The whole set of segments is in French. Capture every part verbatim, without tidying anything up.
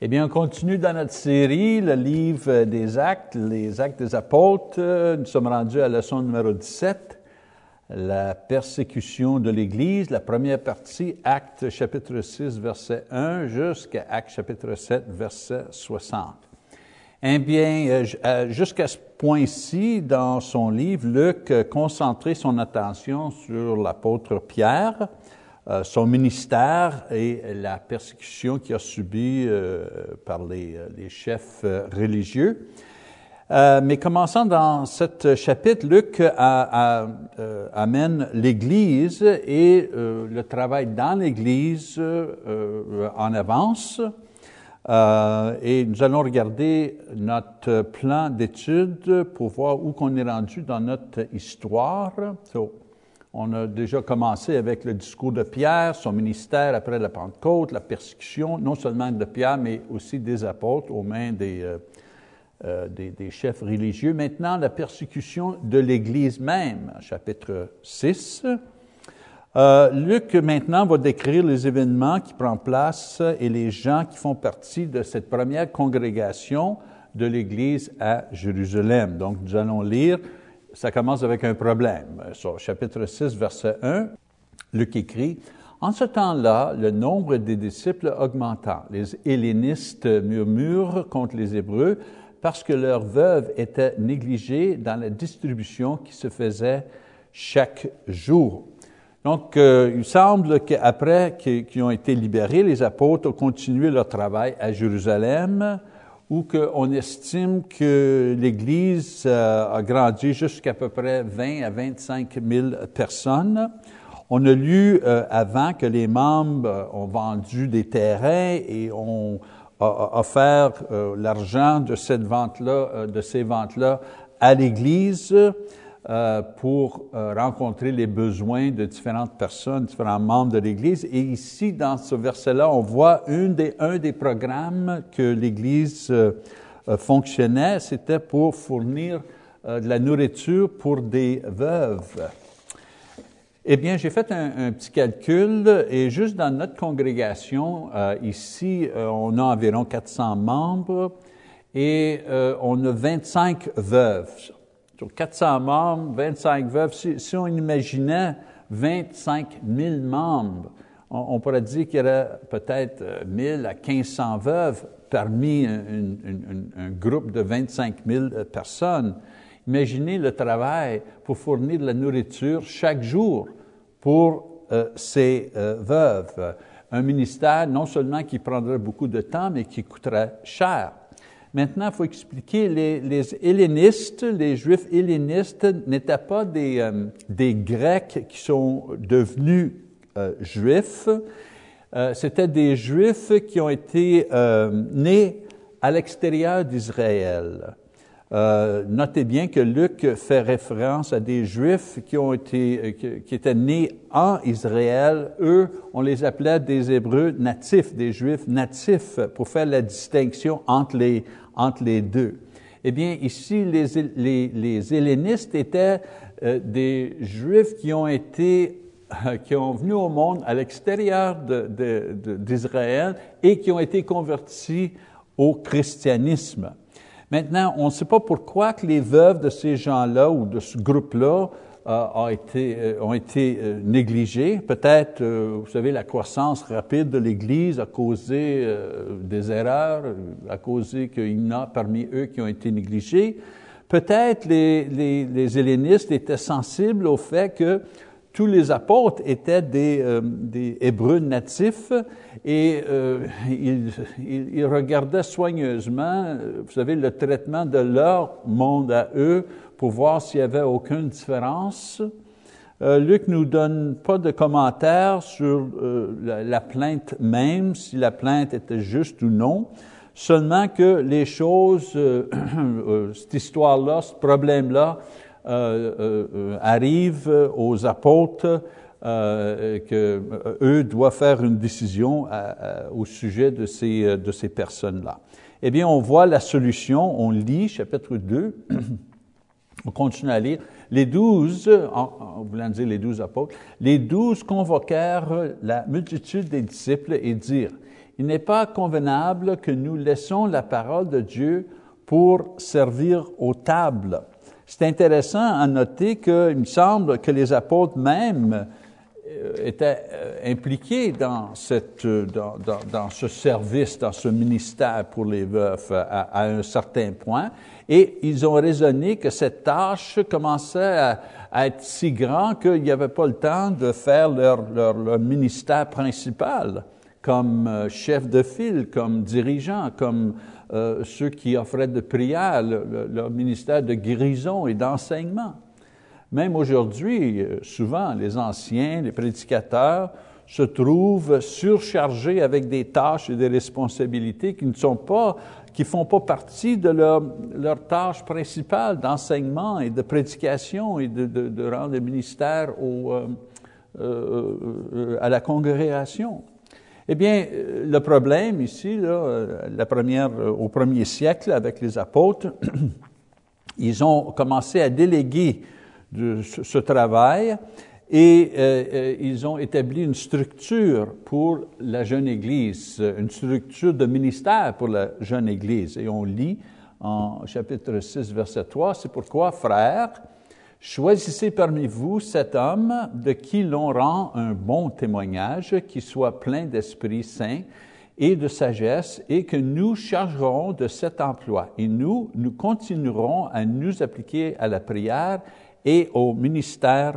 Eh bien, on continue dans notre série, le livre des Actes, les Actes des Apôtres. Nous sommes rendus à la leçon numéro dix-sept, la persécution de l'Église, la première partie, Actes chapitre six, verset un, jusqu'à Actes chapitre sept, verset soixante. Eh bien, jusqu'à ce point-ci, dans son livre, Luc a concentré son attention sur l'apôtre Pierre, Euh, son ministère et la persécution qu'il a subie euh, par les, les chefs euh, religieux. Euh, mais commençant dans ce chapitre, Luc a, a, euh, amène l'Église et euh, le travail dans l'Église euh, en avance. Euh, et nous allons regarder notre plan d'étude pour voir où qu'on est rendu dans notre histoire. So, on a déjà commencé avec le discours de Pierre, son ministère après la Pentecôte, la persécution, non seulement de Pierre, mais aussi des apôtres aux mains des, euh, euh, des, des chefs religieux. Maintenant, la persécution de l'Église même, chapitre six. Euh, Luc, maintenant, va décrire les événements qui prennent place et les gens qui font partie de cette première congrégation de l'Église à Jérusalem. Donc, nous allons lire. Ça commence avec un problème. Sur chapitre six, verset un, Luc écrit, « En ce temps-là, le nombre des disciples augmenta. Les hellénistes murmurent contre les Hébreux parce que leurs veuves étaient négligées dans la distribution qui se faisait chaque jour. » Donc, euh, il semble qu'après qu'ils ont été libérés, les apôtres ont continué leur travail à Jérusalem, où qu'on estime que l'Église euh, a grandi jusqu'à peu près vingt à vingt-cinq mille personnes. On a lu euh, avant que les membres euh, ont vendu des terrains et ont a, offert euh, l'argent de cette vente-là, euh, de ces ventes-là à l'Église euh, pour euh, rencontrer les besoins de différentes personnes, différents membres de l'Église. Et ici, dans ce verset-là, on voit une des, un des programmes que l'Église euh, euh, fonctionnait, c'était pour fournir euh, de la nourriture pour des veuves. Eh bien, j'ai fait un, un petit calcul et juste dans notre congrégation, euh, ici, euh, on a environ quatre cents membres et euh, on a vingt-cinq veuves. Sur quatre cents membres, vingt-cinq veuves, si, si on imaginait vingt-cinq mille membres, on, on pourrait dire qu'il y aurait peut-être mille à quinze cents veuves parmi un, un, un, un groupe de vingt-cinq mille personnes. Imaginez le travail pour fournir de la nourriture chaque jour pour euh, ces euh, veuves. Un ministère non seulement qui prendrait beaucoup de temps, mais qui coûterait cher. Maintenant, il faut expliquer, les, les hellénistes, les Juifs hellénistes n'étaient pas des, euh, des Grecs qui sont devenus euh, Juifs. Euh, c'était des Juifs qui ont été euh, nés à l'extérieur d'Israël. Euh, notez bien que Luc fait référence à des Juifs qui ont été, qui, qui étaient nés en Israël. Eux, on les appelait des Hébreux natifs, des Juifs natifs, pour faire la distinction entre les, entre les deux. Eh bien, ici, les, les, les hellénistes étaient euh, des Juifs qui ont été, euh, qui ont venu au monde à l'extérieur de, de, de, d'Israël et qui ont été convertis au christianisme. Maintenant, on ne sait pas pourquoi que les veuves de ces gens-là ou de ce groupe-là euh, ont été, euh, ont été euh, négligées. Peut-être, euh, vous savez, la croissance rapide de l'Église a causé euh, des erreurs, a causé qu'il y en a parmi eux qui ont été négligés. Peut-être les, les, les hellénistes étaient sensibles au fait que tous les apôtres étaient des, euh, des Hébreux natifs et euh, ils, ils, ils regardaient soigneusement, vous savez, le traitement de leur monde à eux pour voir s'il n'y avait aucune différence. Euh, Luc ne nous donne pas de commentaires sur euh, la, la plainte même, si la plainte était juste ou non, seulement que les choses, euh, euh, cette histoire-là, ce problème-là, Euh, euh, arrive aux apôtres euh, que euh, eux doivent faire une décision à, à, au sujet de ces de ces personnes-là. Eh bien, on voit la solution. On lit chapitre deux. On continue à lire. Les douze, en, en voulant dire les douze apôtres, les douze convoquèrent la multitude des disciples et dirent: il n'est pas convenable que nous laissons la parole de Dieu pour servir aux tables. C'est intéressant à noter qu'il me semble que les apôtres même étaient impliqués dans, cette, dans, dans, dans ce service, dans ce ministère pour les veufs à, à un certain point. Et ils ont raisonné que cette tâche commençait à, à être si grande qu'il n'y avait pas le temps de faire leur, leur, leur ministère principal comme chef de file, comme dirigeant, comme euh, ceux qui offraient de prière, le, le, leur ministère de guérison et d'enseignement. Même aujourd'hui, souvent, les anciens, les prédicateurs se trouvent surchargés avec des tâches et des responsabilités qui ne sont pas, qui font pas partie de leur, leur tâche principale d'enseignement et de prédication et de, de, de rendre le ministère au, euh, euh, à la congrégation. Eh bien, le problème ici, là, la première, au premier siècle, avec les apôtres, ils ont commencé à déléguer de ce travail et euh, ils ont établi une structure pour la jeune Église, une structure de ministère pour la jeune Église. Et on lit en chapitre six, verset trois, « C'est pourquoi, frères, choisissez parmi vous cet homme de qui l'on rend un bon témoignage, qui soit plein d'Esprit Saint et de sagesse, et que nous chargerons de cet emploi. Et nous, nous continuerons à nous appliquer à la prière et au ministère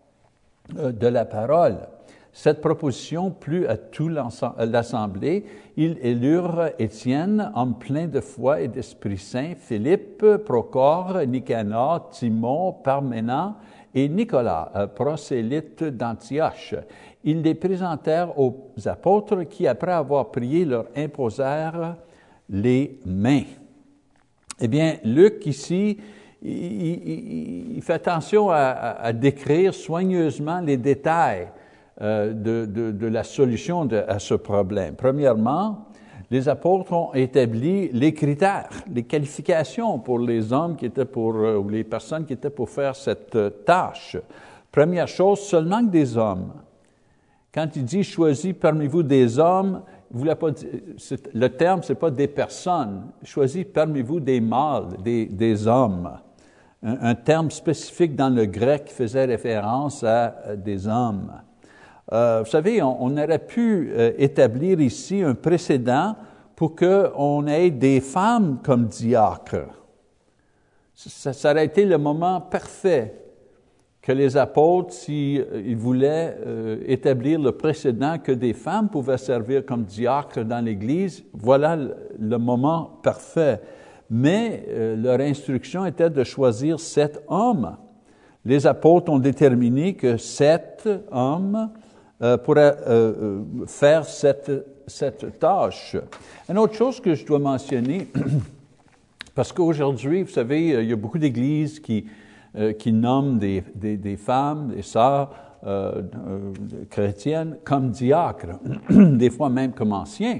de la parole. » Cette proposition plut à toute l'Assemblée. Ils élurent Étienne, homme plein de foi et d'Esprit Saint, Philippe, Procore, Nicanor, Timon, Parména et Nicolas, prosélyte d'Antioche. Ils les présentèrent aux apôtres qui, après avoir prié, leur imposèrent les mains. Eh bien, Luc, ici, il, il, il fait attention à, à, à décrire soigneusement les détails euh, de, de, de la solution de, à ce problème. Premièrement, les apôtres ont établi les critères, les qualifications pour les hommes qui étaient pour, ou les personnes qui étaient pour faire cette tâche. Première chose, seulement que des hommes. Quand il dit « choisis parmi vous des hommes », il voulait pas dire, le terme, ce n'est pas des personnes. « Choisis parmi vous des mâles, des, des hommes ». Un, un terme spécifique dans le grec qui faisait référence à, à des hommes. Euh, vous savez, on, on aurait pu euh, établir ici un précédent pour qu'on ait des femmes comme diacres. Ça, ça aurait été le moment parfait que les apôtres, s'ils si, euh, voulaient euh, établir le précédent que des femmes pouvaient servir comme diacres dans l'Église, voilà le, le moment parfait. Mais euh, leur instruction était de choisir sept hommes. Les apôtres ont déterminé que sept hommes euh, pourraient euh, faire cette, cette tâche. Une autre chose que je dois mentionner, parce qu'aujourd'hui, vous savez, il y a beaucoup d'églises qui Euh, qui nomment des, des, des femmes, des sœurs euh, euh, chrétiennes comme diacres, des fois même comme anciens.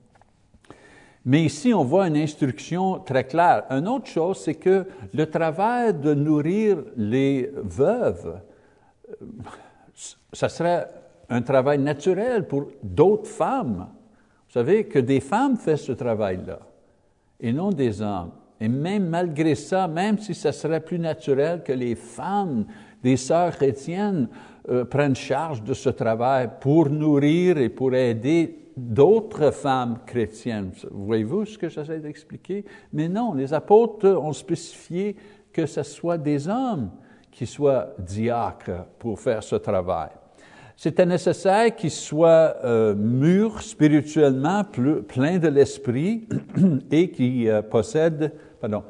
Mais ici, on voit une instruction très claire. Une autre chose, c'est que le travail de nourrir les veuves, euh, ça serait un travail naturel pour d'autres femmes. Vous savez, que des femmes fassent ce travail-là, et non des hommes. Et même malgré ça, même si ça serait plus naturel que les femmes des sœurs chrétiennes euh, prennent charge de ce travail pour nourrir et pour aider d'autres femmes chrétiennes. Voyez-vous ce que j'essaie d'expliquer? Mais non, les apôtres ont spécifié que ce soit des hommes qui soient diacres pour faire ce travail. C'était nécessaire qu'ils soient euh, mûrs spirituellement, plus, pleins de l'esprit et qui euh, possèdent pardon,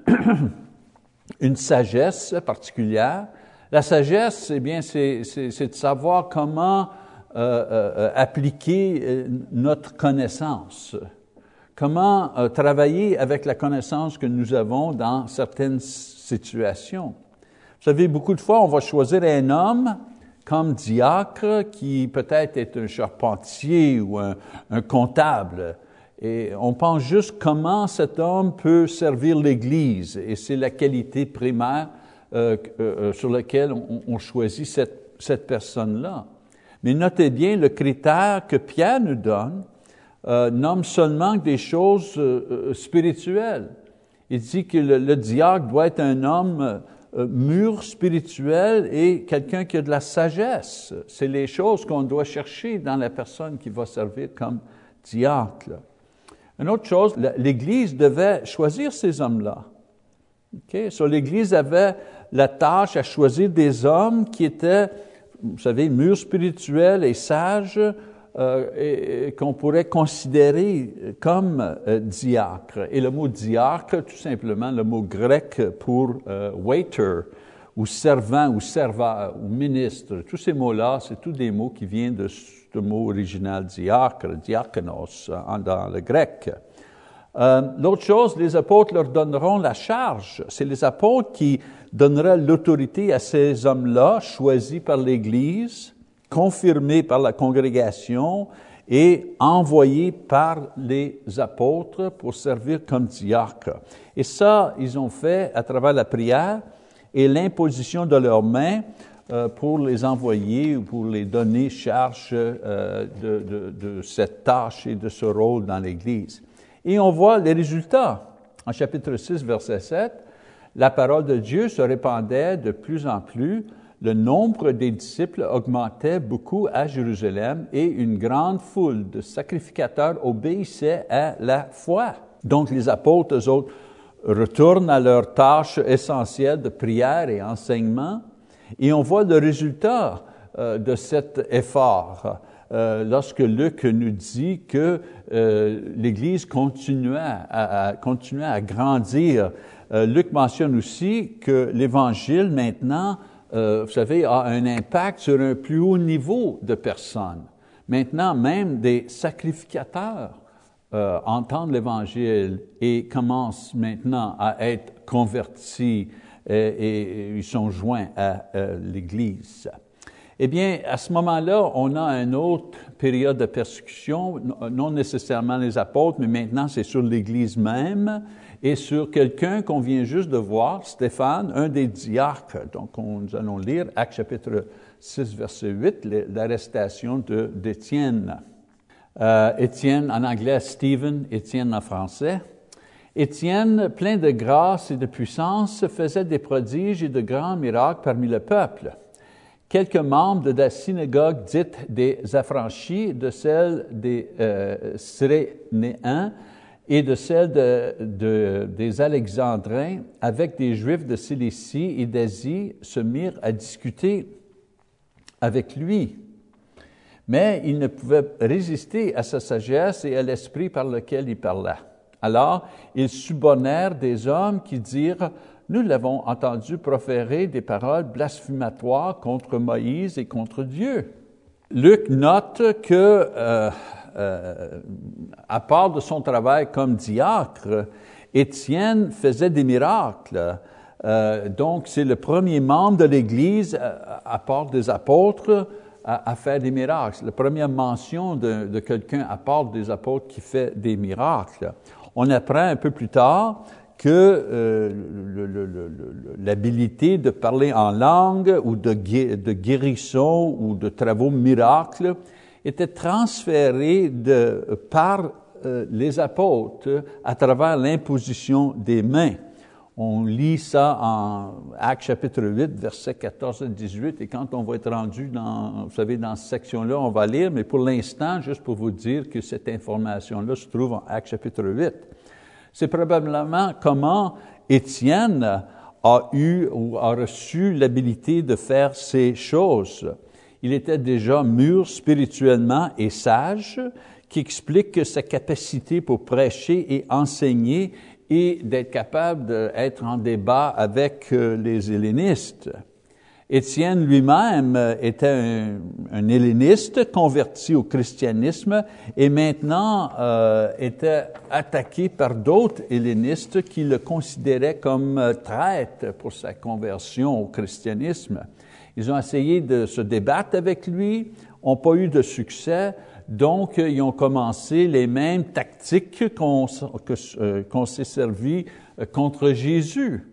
une sagesse particulière. La sagesse, eh bien, c'est, c'est, c'est de savoir comment euh, euh, appliquer notre connaissance, comment euh, travailler avec la connaissance que nous avons dans certaines situations. Vous savez, beaucoup de fois, on va choisir un homme comme diacre qui peut-être est un charpentier ou un, un comptable. Et on pense juste comment cet homme peut servir l'Église. Et c'est la qualité primaire euh, euh, sur laquelle on, on choisit cette, cette personne-là. Mais notez bien le critère que Pierre nous donne euh, nomme seulement des choses euh, spirituelles. Il dit que le, le diacre doit être un homme euh, mûr spirituel et quelqu'un qui a de la sagesse. C'est les choses qu'on doit chercher dans la personne qui va servir comme diacre. Une autre chose, l'Église devait choisir ces hommes-là. Okay? So, l'Église avait la tâche à choisir des hommes qui étaient, vous savez, mûrs spirituels et sages, euh, et, et qu'on pourrait considérer comme euh, diacres. Et le mot diacre, tout simplement, le mot grec pour euh, waiter, ou servant, ou serveur, ou ministre. Tous ces mots-là, c'est tous des mots qui viennent de ce mot original diacre, diakonos, dans le grec. Euh, l'autre chose, les apôtres leur donneront la charge. C'est les apôtres qui donneraient l'autorité à ces hommes-là, choisis par l'Église, confirmés par la congrégation et envoyés par les apôtres pour servir comme diacres. Et ça, ils ont fait à travers la prière et l'imposition de leurs mains euh, pour les envoyer ou pour les donner charge euh, de, de, de cette tâche et de ce rôle dans l'Église. Et on voit les résultats. En chapitre six, verset sept, la parole de Dieu se répandait de plus en plus, le nombre des disciples augmentait beaucoup à Jérusalem et une grande foule de sacrificateurs obéissait à la foi. Donc les apôtres, eux autres, retournent à leur tâche essentielle de prière et enseignement et on voit le résultat euh, de cet effort. Euh, lorsque Luc nous dit que euh, l'Église continuait à, à, continuait à grandir. Euh, Luc mentionne aussi que l'Évangile, maintenant, euh, vous savez, a un impact sur un plus haut niveau de personnes. Maintenant, même des sacrificateurs euh, entendent l'Évangile et commencent maintenant à être convertis et, et, et ils sont joints à euh, l'Église. Eh bien, à ce moment-là, on a une autre période de persécution, non nécessairement les apôtres, mais maintenant c'est sur l'Église même et sur quelqu'un qu'on vient juste de voir, Stéphane, un des diacres. Donc, on, nous allons lire Actes chapitre six, verset huit, l'arrestation de, d'Étienne. Euh, Étienne, en anglais, Stephen, Étienne en français. Étienne, plein de grâce et de puissance, faisait des prodiges et de grands miracles parmi le peuple. Quelques membres de la synagogue dite des affranchis, de celle des euh, Cyrénéens et de celle de, de, des Alexandrins, avec des Juifs de Cilicie et d'Asie, se mirent à discuter avec lui. Mais ils ne pouvaient résister à sa sagesse et à l'esprit par lequel il parlait. Alors, ils subornèrent des hommes qui dirent: « Nous l'avons entendu proférer des paroles blasphématoires contre Moïse et contre Dieu. » Luc note que, euh, euh, à part de son travail comme diacre, Étienne faisait des miracles. Euh, donc, c'est le premier membre de l'Église, à part des apôtres, à, à faire des miracles. C'est la première mention de, de quelqu'un, à part des apôtres, qui fait des miracles. On apprend un peu plus tard que euh, le, le, le, l'habilité de parler en langue ou de, de guérison ou de travaux miracles était transférée de, par euh, les apôtres à travers l'imposition des mains. On lit ça en Actes chapitre huit, versets quatorze à dix-huit, et quand on va être rendu dans, vous savez, dans cette section-là, on va lire, mais pour l'instant, juste pour vous dire que cette information-là se trouve en Actes chapitre huit. C'est probablement comment Étienne a eu ou a reçu l'habilité de faire ces choses. Il était déjà mûr spirituellement et sage, qui explique que sa capacité pour prêcher et enseigner et d'être capable d'être en débat avec les hellénistes. Étienne lui-même était un, un helléniste converti au christianisme et maintenant euh, était attaqué par d'autres hellénistes qui le considéraient comme traître pour sa conversion au christianisme. Ils ont essayé de se débattre avec lui, n'ont pas eu de succès, donc ils ont commencé les mêmes tactiques qu'on, que, euh, qu'on s'est servi contre Jésus.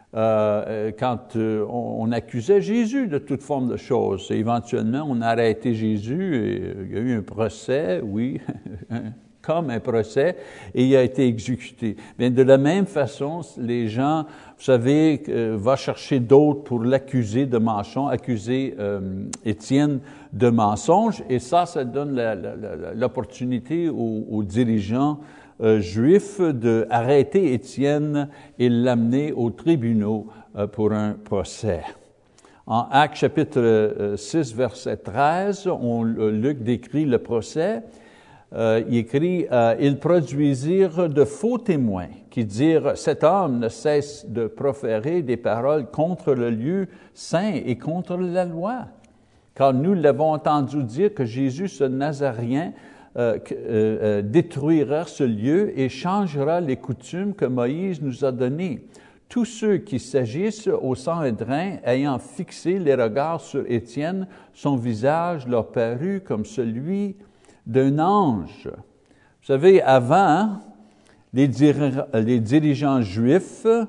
Euh, quand euh, on, on accusait Jésus de toute forme de choses. Et éventuellement, on a arrêté Jésus et il y a eu un procès, oui, comme un procès, et il a été exécuté. Bien, de la même façon, les gens, vous savez, euh, vont chercher d'autres pour l'accuser de mensonge, accuser euh, Étienne de mensonge, et ça, ça donne la, la, la, l'opportunité aux, aux dirigeants euh, juifs d'arrêter Étienne et l'amener aux tribunaux euh, pour un procès. En Actes chapitre six, verset treize, on, Luc décrit le procès. Euh, il écrit euh, « Ils produisirent de faux témoins qui dirent « Cet homme ne cesse de proférer des paroles contre le lieu saint et contre la loi. Car nous l'avons entendu dire que Jésus, ce Nazaréen, euh, euh, euh, détruira ce lieu et changera les coutumes que Moïse nous a données. Tous ceux qui s'agissent au Sanhédrin, ayant fixé les regards sur Étienne, son visage leur parut comme celui d'un ange. » Vous savez, avant, les, dir- les dirigeants juifs, euh,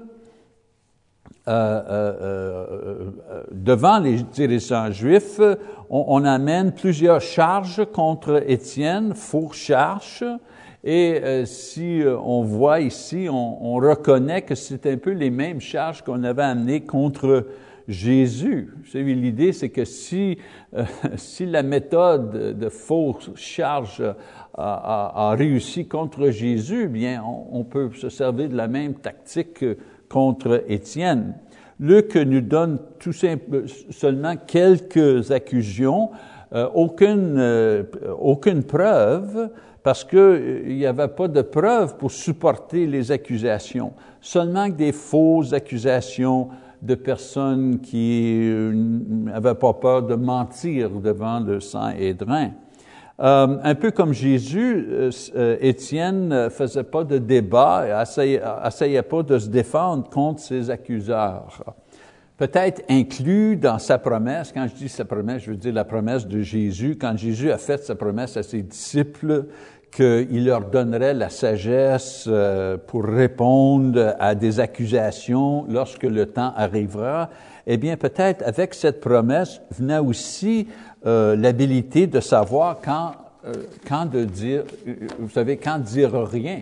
euh, euh, devant les dirigeants juifs, on, on amène plusieurs charges contre Étienne, fausses charges, et euh, si euh, on voit ici, on, on reconnaît que c'est un peu les mêmes charges qu'on avait amenées contre Jésus. Vous savez, l'idée, c'est que si, euh, si la méthode de fausses charges a, a, a réussi contre Jésus, bien, on, on peut se servir de la même tactique contre Étienne. Luc nous donne tout simple, seulement quelques accusations, euh, aucune, euh, aucune preuve, parce qu'il euh, n'y avait pas de preuve pour supporter les accusations, seulement des fausses accusations de personnes qui n'avaient pas peur de mentir devant le Sanhédrin. Euh, un peu comme Jésus, euh, Étienne ne faisait pas de débat, n'essayait pas de se défendre contre ses accuseurs. Peut-être inclus dans sa promesse, quand je dis sa promesse, je veux dire la promesse de Jésus, quand Jésus a fait sa promesse à ses disciples, qu'il leur donnerait la sagesse euh, pour répondre à des accusations lorsque le temps arrivera, eh bien, peut-être avec cette promesse venait aussi euh, l'habilité de savoir quand, euh, quand de dire, vous savez, quand dire rien.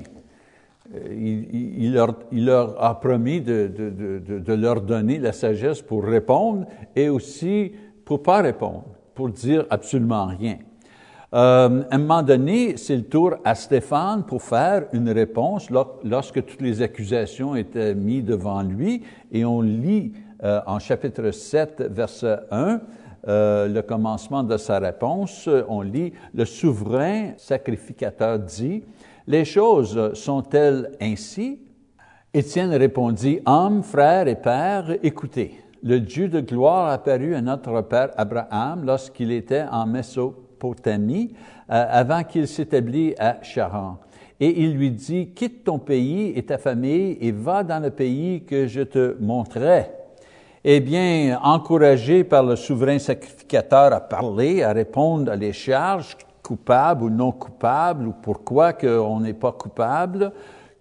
Il, il, leur, il leur a promis de, de, de, de leur donner la sagesse pour répondre et aussi pour pas répondre, pour dire absolument rien. Euh, à un moment donné, c'est le tour à Stéphane pour faire une réponse lorsque toutes les accusations étaient mises devant lui. Et on lit euh, en chapitre sept, verset un, euh, le commencement de sa réponse. On lit « Le souverain sacrificateur dit, « Les choses sont-elles ainsi? » Étienne répondit, « Hommes, frères et pères, écoutez, le Dieu de gloire apparut à notre père Abraham lorsqu'il était en Mésopotamie, euh, avant qu'il s'établisse à Charan. Et il lui dit, « Quitte ton pays et ta famille et va dans le pays que je te montrerai. » Eh bien, encouragé par le souverain sacrificateur à parler, à répondre à les charges, coupable ou non coupable, ou pourquoi qu'on n'est pas coupable,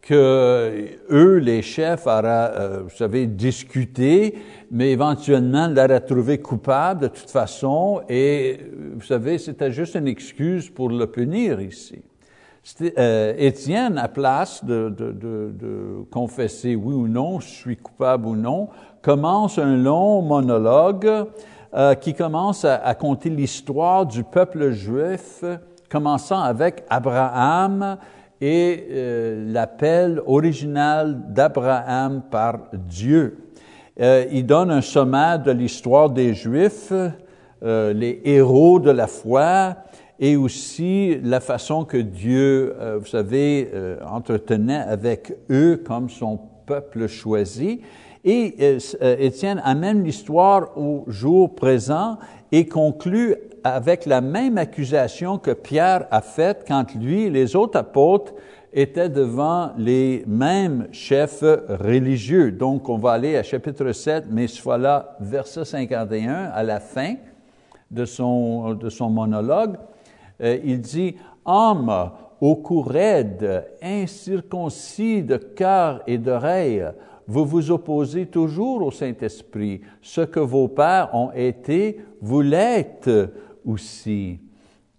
que eux, les chefs, auraient, euh, vous savez, discuté, mais éventuellement l'auraient trouvé coupable de toute façon, et vous savez, c'était juste une excuse pour le punir ici. Euh, Étienne, à place de, de, de, de confesser oui ou non, je suis coupable ou non, commence un long monologue euh, qui commence à, à conter l'histoire du peuple juif, commençant avec Abraham et euh, l'appel original d'Abraham par Dieu. Euh, il donne un sommaire de l'histoire des Juifs, euh, les héros de la foi, et aussi la façon que Dieu, euh, vous savez, euh, entretenait avec eux comme son peuple choisi. Et euh, Étienne amène l'histoire au jour présent et conclut avec la même accusation que Pierre a faite quand lui et les autres apôtres étaient devant les mêmes chefs religieux. Donc, on va aller à chapitre sept, mais ce fois-là, verset cinquante et un, à la fin de son, de son monologue. Euh, il dit « Hommes au cou raide, incirconcis de cœur et d'oreille, vous vous opposez toujours au Saint-Esprit. Ce que vos pères ont été, vous l'êtes aussi. »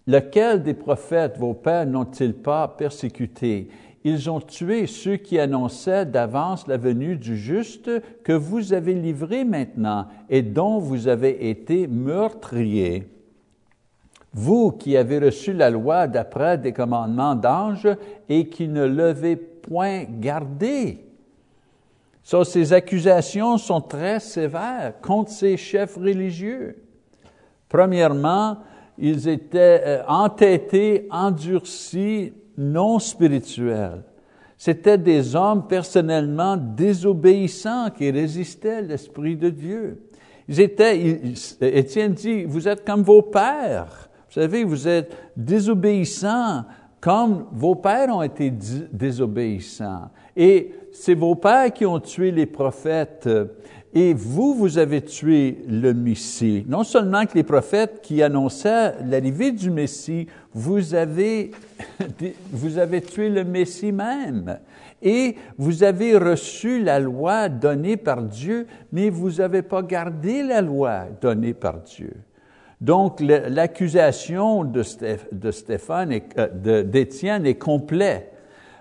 Lequel des prophètes vos pères n'ont-ils pas persécuté? Ils ont tué ceux qui annonçaient d'avance la venue du juste que vous avez livré maintenant et dont vous avez été meurtriers. Vous qui avez reçu la loi d'après des commandements d'anges et qui ne l'avez point gardée. So, ces accusations sont très sévères contre ces chefs religieux. Premièrement, ils étaient euh, entêtés, endurcis, non spirituels. C'étaient des hommes personnellement désobéissants qui résistaient à l'Esprit de Dieu. Ils étaient, ils, Étienne dit, vous êtes comme vos pères. Vous savez, vous êtes désobéissants comme vos pères ont été désobéissants. Et c'est vos pères qui ont tué les prophètes. Et vous, vous avez tué le Messie. Non seulement que les prophètes qui annonçaient l'arrivée du Messie, vous avez, vous avez tué le Messie même. Et vous avez reçu la loi donnée par Dieu, mais vous n'avez pas gardé la loi donnée par Dieu. Donc, l'accusation de Stéphane, et d'Étienne est complète.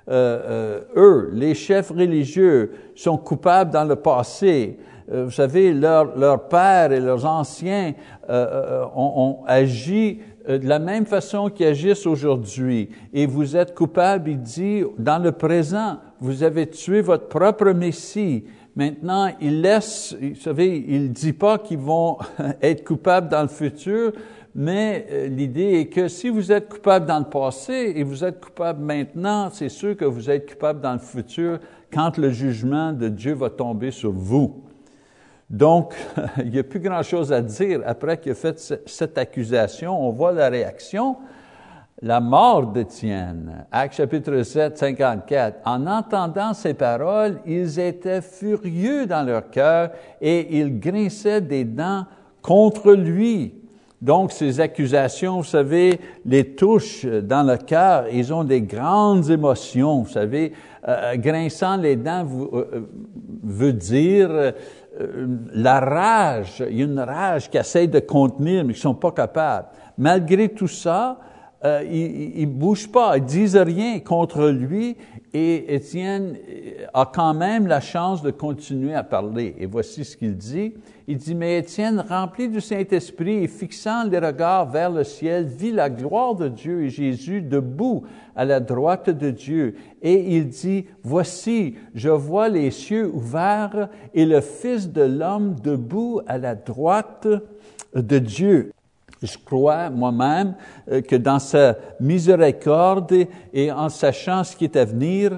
Euh, euh, eux, les chefs religieux, sont coupables dans le passé. Euh, vous savez, leurs leur pères et leurs anciens euh, ont, ont agi de la même façon qu'ils agissent aujourd'hui. Et vous êtes coupables, il dit, dans le présent, vous avez tué votre propre Messie. Maintenant, il laisse, vous savez, il ne dit pas qu'ils vont être coupables dans le futur, mais euh, l'idée est que si vous êtes coupable dans le passé et vous êtes coupable maintenant, c'est sûr que vous êtes coupable dans le futur quand le jugement de Dieu va tomber sur vous. Donc, il n'y a plus grand-chose à dire après qu'il a fait cette accusation. On voit la réaction. La mort d'Étienne, Actes chapitre sept, cinquante-quatre. En entendant ces paroles, ils étaient furieux dans leur cœur et ils grinçaient des dents contre lui. Donc, ces accusations, vous savez, les touchent dans le cœur. Ils ont des grandes émotions, vous savez. Euh, grinçant les dents vous, euh, veut dire euh, la rage. Il y a une rage qu'ils essayent de contenir, mais qu'ils ne sont pas capables. Malgré tout ça, Euh, ils ne bougent pas, ils disent rien contre lui et Étienne a quand même la chance de continuer à parler. Et voici ce qu'il dit. Il dit, mais Étienne, rempli du Saint-Esprit et fixant les regards vers le ciel, vit la gloire de Dieu et Jésus debout à la droite de Dieu. Et il dit, voici, je vois les cieux ouverts et le Fils de l'homme debout à la droite de Dieu. Je crois moi-même que dans sa miséricorde et en sachant ce qui est à venir,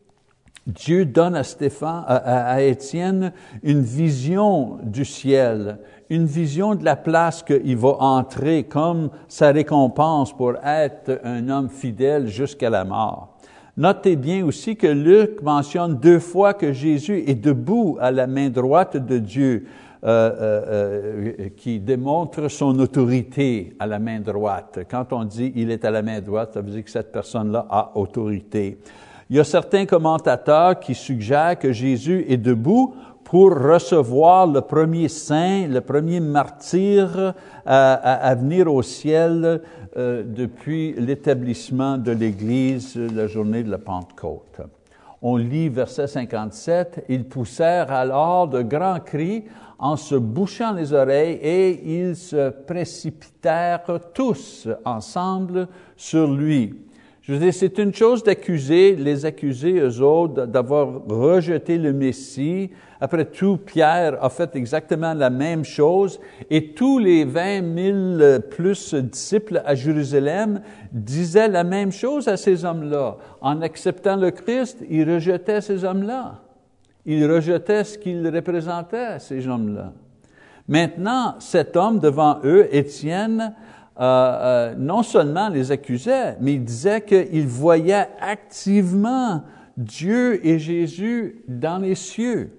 Dieu donne à Stéphane, à, à Étienne, une vision du ciel, une vision de la place qu'il va entrer comme sa récompense pour être un homme fidèle jusqu'à la mort. Notez bien aussi que Luc mentionne deux fois que Jésus est debout à la main droite de Dieu. Euh, euh, euh, qui démontre son autorité à la main droite. Quand on dit « il est à la main droite », ça veut dire que cette personne-là a autorité. Il y a certains commentateurs qui suggèrent que Jésus est debout pour recevoir le premier saint, le premier martyr à, à, à venir au ciel euh, depuis l'établissement de l'Église, la journée de la Pentecôte. On lit verset cinquante-sept, « Ils poussèrent alors de grands cris en se bouchant les oreilles et ils se précipitèrent tous ensemble sur lui. » Je veux dire, c'est une chose d'accuser, les accuser eux autres d'avoir rejeté le Messie. Après tout, Pierre a fait exactement la même chose et tous les vingt mille plus disciples à Jérusalem disaient la même chose à ces hommes-là. En acceptant le Christ, ils rejetaient ces hommes-là. Ils rejetaient ce qu'ils représentaient, ces hommes-là. Maintenant, cet homme devant eux, Étienne, euh, euh, non seulement les accusait, mais il disait qu'il voyait activement Dieu et Jésus dans les cieux.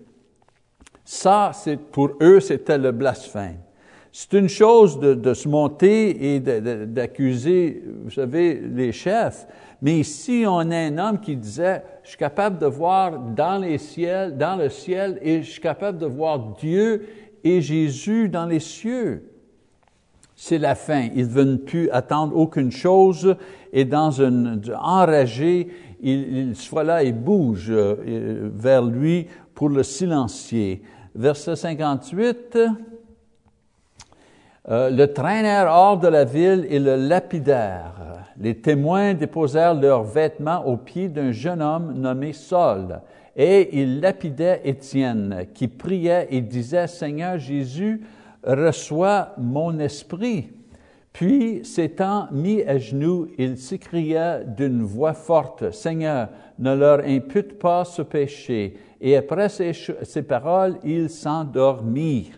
Ça, c'est, pour eux, c'était le blasphème. C'est une chose de, de se monter et de, de, d'accuser, vous savez, les chefs, mais ici, on a un homme qui disait, je suis capable de voir dans les ciels, dans le ciel, et je suis capable de voir Dieu et Jésus dans les cieux. c'est la fin. Ils ne veulent plus attendre aucune chose et dans un enragé, il, il soit là et bouge euh, vers lui pour le silencier. Verset cinquante-huit, euh, le traînèrent hors de la ville et le lapidèrent. Les témoins déposèrent leurs vêtements aux pieds d'un jeune homme nommé Saul, et ils lapidaient Étienne, qui priait et disait, « Seigneur Jésus, reçois mon esprit. » Puis, s'étant mis à genoux, il s'écria d'une voix forte, « Seigneur, ne leur impute pas ce péché. » Et après ces, ces paroles, ils s'endormirent.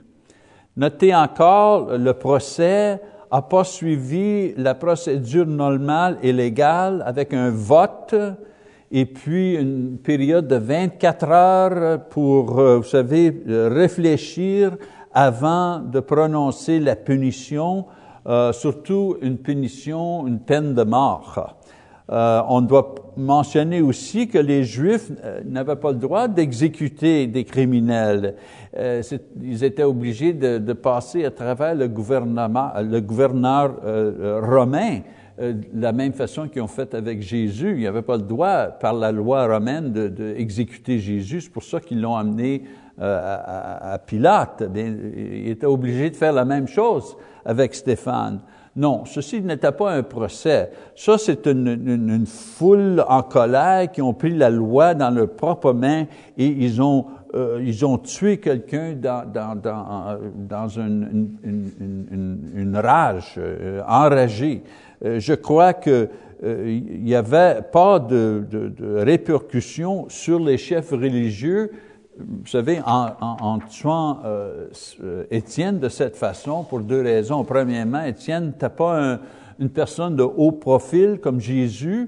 Notez encore, le procès n'a pas suivi la procédure normale et légale avec un vote et puis une période de vingt-quatre heures pour, vous savez, réfléchir avant de prononcer la punition, euh, surtout une punition, une peine de mort. Euh, on doit mentionner aussi que les Juifs euh, n'avaient pas le droit d'exécuter des criminels. Euh, ils étaient obligés de, de passer à travers le gouvernement, le gouverneur euh, romain, euh, de la même façon qu'ils ont fait avec Jésus. Ils n'avaient pas le droit, par la loi romaine, d'exécuter de, de Jésus. C'est pour ça qu'ils l'ont amené euh, à, à Pilate. Bien, ils étaient obligés de faire la même chose avec Stéphane. Non, ceci n'était pas un procès. Ça, c'est une, une, une foule en colère qui ont pris la loi dans leurs propres mains et ils ont, euh, ils ont tué quelqu'un dans, dans, dans, dans une, une, une, une rage, euh, enragé. Euh, je crois que euh, il n'y avait pas de, de, de répercussions sur les chefs religieux. Vous savez, en, en, en tuant euh, Étienne de cette façon, pour deux raisons. Premièrement, Étienne n'était pas un, une personne de haut profil comme Jésus.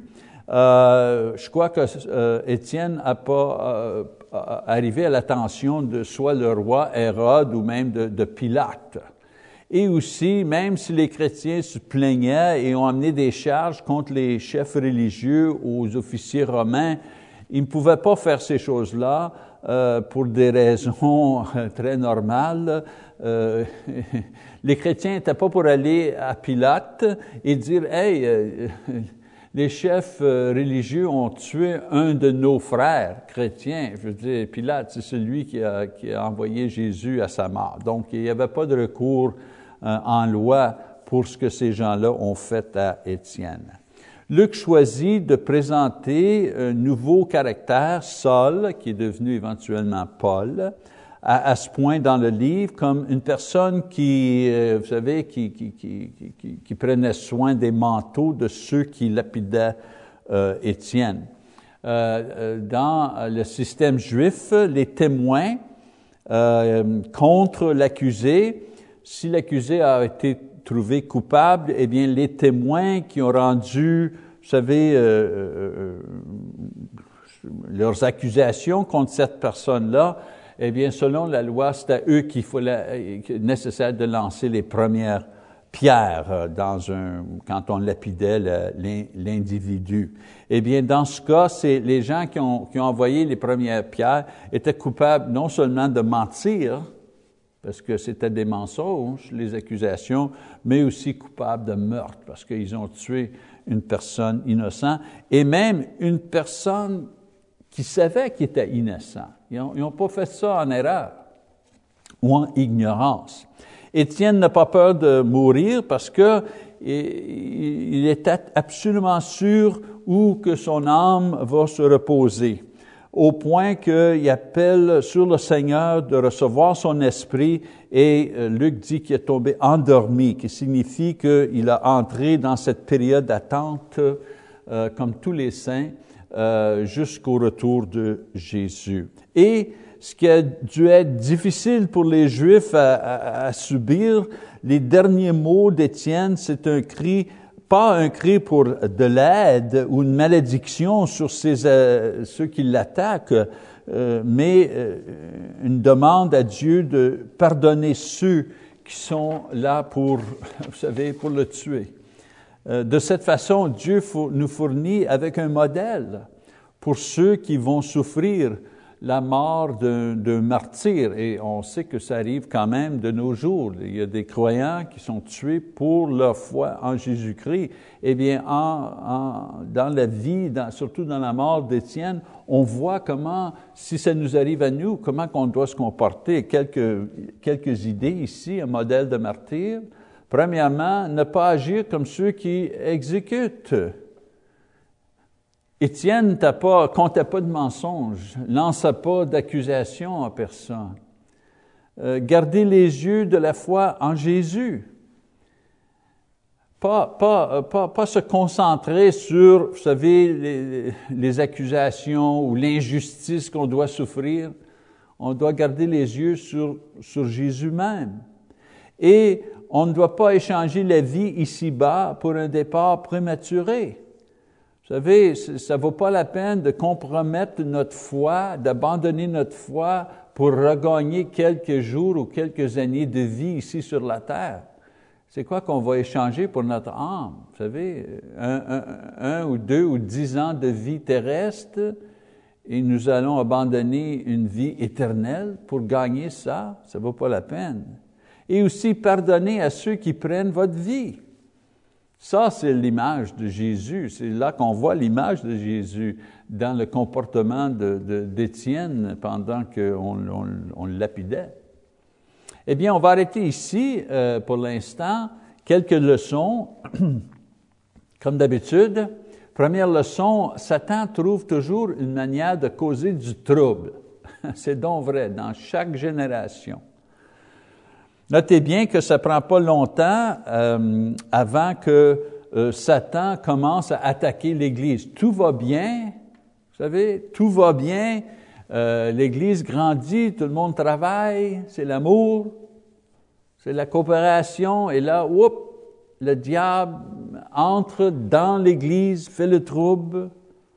Euh, je crois que euh, Étienne n'a pas euh, arrivé à l'attention de soit le roi Hérode ou même de, de Pilate. Et aussi, même si les chrétiens se plaignaient et ont amené des charges contre les chefs religieux, aux officiers romains, ils ne pouvaient pas faire ces choses-là. Euh, pour des raisons très normales. Euh, les chrétiens n'étaient pas pour aller à Pilate et dire « Hey, euh, les chefs religieux ont tué un de nos frères chrétiens. » Je veux dire, Pilate, c'est celui qui a, qui a envoyé Jésus à sa mort. Donc, il n'y avait pas de recours euh, en loi pour ce que ces gens-là ont fait à Étienne. Luc choisit de présenter un nouveau caractère, Saul, qui est devenu éventuellement Paul, à, à ce point dans le livre, comme une personne qui, euh, vous savez, qui, qui, qui, qui, qui prenait soin des manteaux de ceux qui lapidaient euh, Étienne. Euh, dans le système juif, les témoins euh, contre l'accusé, si l'accusé a été trouvé coupable, eh bien, les témoins qui ont rendu, vous savez, euh, euh, leurs accusations contre cette personne-là, eh bien, selon la loi, c'est à eux qu'il fallait, nécessaire de lancer les premières pierres dans un, quand on lapidait le, l'individu. Eh bien, dans ce cas, c'est les gens qui ont, qui ont envoyé les premières pierres étaient coupables non seulement de mentir, parce que c'était des mensonges, les accusations, mais aussi coupables de meurtre, parce qu'ils ont tué une personne innocente, et même une personne qui savait qu'il était innocent. Ils n'ont pas fait ça en erreur ou en ignorance. Étienne n'a pas peur de mourir parce que il était absolument sûr où que son âme va se reposer, au point qu'il appelle sur le Seigneur de recevoir son esprit, et Luc dit qu'il est tombé endormi, qui signifie qu'il a entré dans cette période d'attente, euh, comme tous les saints, euh, jusqu'au retour de Jésus. Et ce qui a dû être difficile pour les Juifs à, à, à subir, les derniers mots d'Étienne, c'est un cri, pas un cri pour de l'aide ou une malédiction sur ces, euh, ceux qui l'attaquent, euh, mais euh, une demande à Dieu de pardonner ceux qui sont là pour, vous savez, pour le tuer. Euh, de cette façon, Dieu nous fournit avec un modèle pour ceux qui vont souffrir la mort d'un, d'un martyr. Et on sait que ça arrive quand même de nos jours. Il y a des croyants qui sont tués pour leur foi en Jésus-Christ. Eh bien, en, en, dans la vie, dans, surtout dans la mort d'Étienne, on voit comment, si ça nous arrive à nous, comment on doit se comporter. Quelques, quelques idées ici, un modèle de martyr. Premièrement, ne pas agir comme ceux qui exécutent. Étienne ne pas, comptait pas de mensonges, lança pas d'accusations à personne. Euh, gardez les yeux de la foi en Jésus. Pas, pas, pas, pas se concentrer sur, vous savez, les, les accusations ou l'injustice qu'on doit souffrir. On doit garder les yeux sur, sur Jésus même. Et on ne doit pas échanger la vie ici-bas pour un départ prématuré. Vous savez, ça ne vaut pas la peine de compromettre notre foi, d'abandonner notre foi pour regagner quelques jours ou quelques années de vie ici sur la terre. C'est quoi qu'on va échanger pour notre âme? Vous savez, un, un, un ou deux ou dix ans de vie terrestre et nous allons abandonner une vie éternelle pour gagner ça? Ça ne vaut pas la peine. Et aussi pardonner à ceux qui prennent votre vie. Ça, c'est l'image de Jésus. C'est là qu'on voit l'image de Jésus dans le comportement de, de, d'Étienne pendant qu'on on, on le lapidait. Eh bien, on va arrêter ici euh, pour l'instant. Quelques leçons, comme d'habitude. Première leçon, Satan trouve toujours une manière de causer du trouble. C'est donc vrai, dans chaque génération. Notez bien que ça ne prend pas longtemps euh, avant que euh, Satan commence à attaquer l'Église. Tout va bien, vous savez, tout va bien, euh, l'Église grandit, tout le monde travaille, c'est l'amour, c'est la coopération, et là, oups, le diable entre dans l'Église, fait le trouble.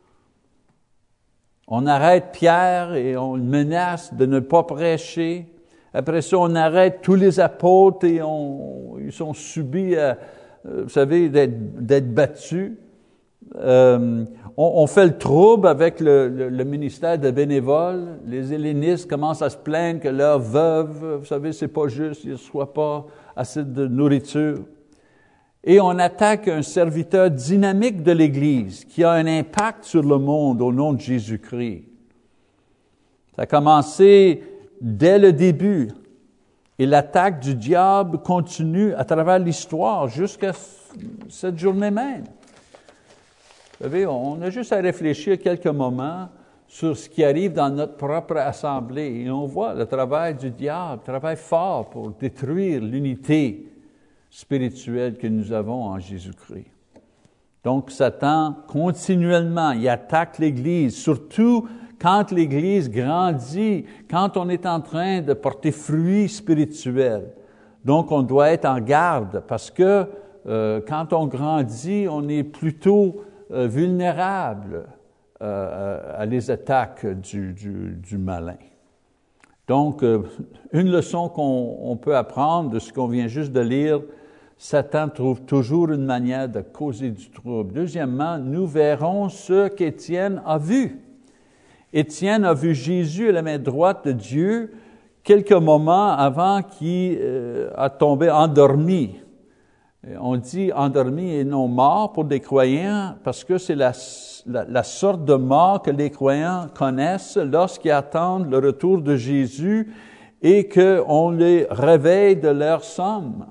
On arrête Pierre et on le menace de ne pas prêcher. Après ça, on arrête tous les apôtres et on, ils sont subis, à, vous savez, d'être, d'être battus. Euh, on, on fait le trouble avec le, le, le ministère de bénévoles. Les hellénistes commencent à se plaindre que leurs veuves, vous savez, c'est pas juste, ils ne reçoivent pas assez de nourriture. Et on attaque un serviteur dynamique de l'Église qui a un impact sur le monde au nom de Jésus-Christ. Ça a commencé dès le début. Et l'attaque du diable continue à travers l'histoire jusqu'à cette journée même. Vous savez, on a juste à réfléchir quelques moments sur ce qui arrive dans notre propre assemblée. Et on voit le travail du diable, travaille fort pour détruire l'unité spirituelle que nous avons en Jésus-Christ. Donc, Satan, continuellement, il attaque l'Église, surtout quand l'Église grandit, quand on est en train de porter fruit spirituel. Donc, on doit être en garde parce que euh, quand on grandit, on est plutôt euh, vulnérable euh, à les attaques du, du, du malin. Donc, euh, une leçon qu'on on peut apprendre de ce qu'on vient juste de lire, Satan trouve toujours une manière de causer du trouble. Deuxièmement, nous verrons ce qu'Étienne a vu. Étienne a vu Jésus à la main droite de Dieu quelques moments avant qu'il euh, a tombé endormi. On dit endormi et non mort pour des croyants parce que c'est la, la, la sorte de mort que les croyants connaissent lorsqu'ils attendent le retour de Jésus et qu'on les réveille de leur somme.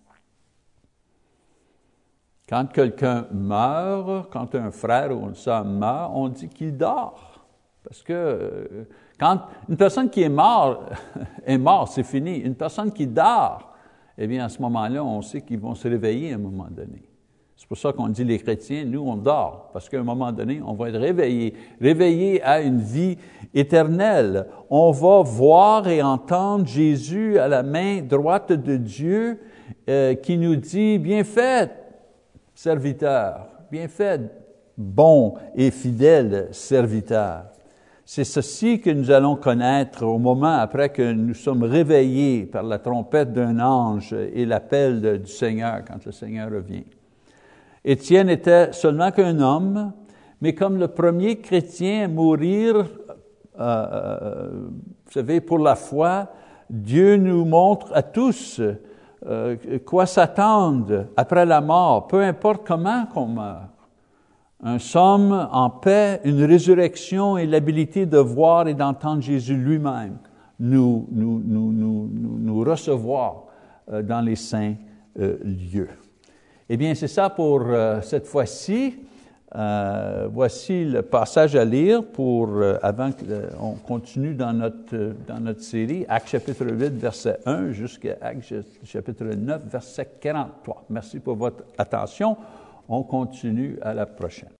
Quand quelqu'un meurt, quand un frère ou une sœur meurt, on dit qu'il dort. Parce que quand une personne qui est morte est morte, c'est fini. Une personne qui dort, eh bien, à ce moment-là, on sait qu'ils vont se réveiller à un moment donné. C'est pour ça qu'on dit les chrétiens, nous, on dort, parce qu'à un moment donné, on va être réveillés, réveillés à une vie éternelle. On va voir et entendre Jésus à la main droite de Dieu euh, qui nous dit, bien fait, serviteur, bien fait, bon et fidèle serviteur. C'est ceci que nous allons connaître au moment après que nous sommes réveillés par la trompette d'un ange et l'appel du Seigneur quand le Seigneur revient. Étienne était seulement qu'un homme, mais comme le premier chrétien à mourir euh, vous savez, pour la foi, Dieu nous montre à tous euh, quoi s'attendre après la mort, peu importe comment qu'on meurt. Un somme en paix, une résurrection et l'habilité de voir et d'entendre Jésus lui-même nous, nous, nous, nous, nous, nous recevoir euh, dans les saints euh, lieux. Eh bien, c'est ça pour euh, cette fois-ci. Euh, voici le passage à lire pour, euh, avant qu'on continue dans notre, euh, dans notre série, Actes chapitre huit, verset un, jusqu'à Actes chapitre neuf, verset quarante-trois. Merci pour votre attention. On continue à la prochaine.